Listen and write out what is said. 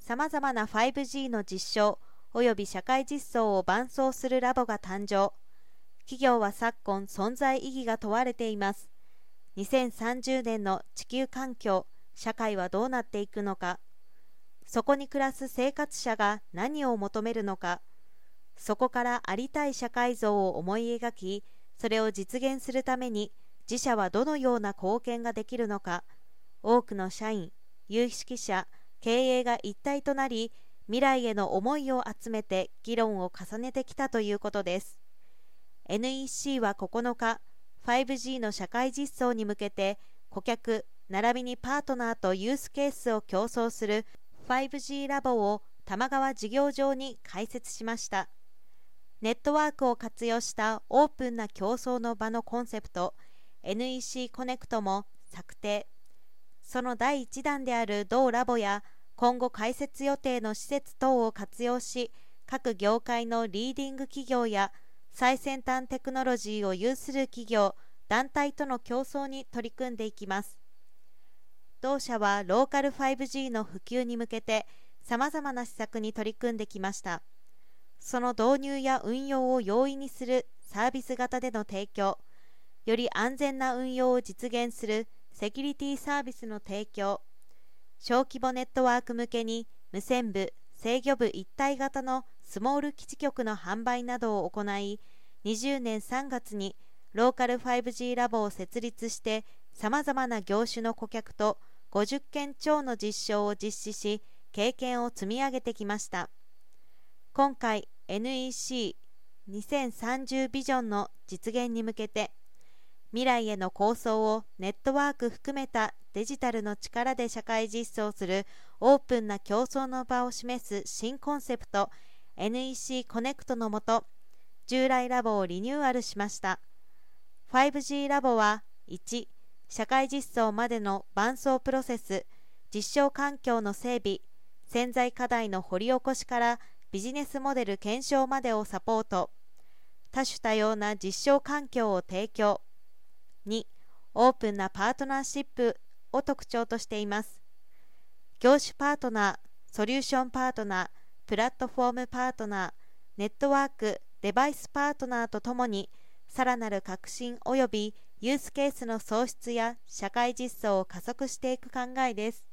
さまざまな 5G の実証および社会実装を伴走するラボが誕生。企業は昨今存在意義が問われています。2030年の地球環境、社会はどうなっていくのか。そこに暮らす生活者が何を求めるのか。そこからありたい社会像を思い描き、それを実現するために自社はどのような貢献ができるのか。多くの社員、有識者、経営が一体となり、未来への思いを集めて議論を重ねてきたということです。NEC は9日、5G の社会実装に向けて顧客並びにパートナーとユースケースを競争する 5G ラボを多摩川事業場に開設しました。ネットワークを活用したオープンな競争の場のコンセプト NEC コネクトも策定。その第1弾である同ラボや今後開設予定の施設等を活用し、各業界のリーディング企業や最先端テクノロジーを有する企業、団体との競争に取り組んでいきます。同社はローカル 5G の普及に向けてさまざまな施策に取り組んできました。その導入や運用を容易にするサービス型での提供、より安全な運用を実現するセキュリティサービスの提供、小規模ネットワーク向けに無線部、制御部一体型のスモール基地局の販売などを行い、20年3月にローカル 5G ラボを設立してさまざまな業種の顧客と50件超の実証を実施し、経験を積み上げてきました。今回 NEC2030 ビジョンの実現に向けて、未来への構想をネットワーク含めたデジタルの力で社会実装するオープンな競争の場を示す新コンセプト NEC コネクトのもと、従来ラボをリニューアルしました。 5G ラボは1、社会実装までの伴走プロセス、実証環境の整備、潜在課題の掘り起こしからビジネスモデル検証までをサポート。多種多様な実証環境を提供。2、オープンなパートナーシップを特徴としています。業種パートナー、ソリューションパートナー、プラットフォームパートナー、ネットワーク、デバイスパートナーとともに、さらなる革新及びユースケースの創出や社会実装を加速していく考えです。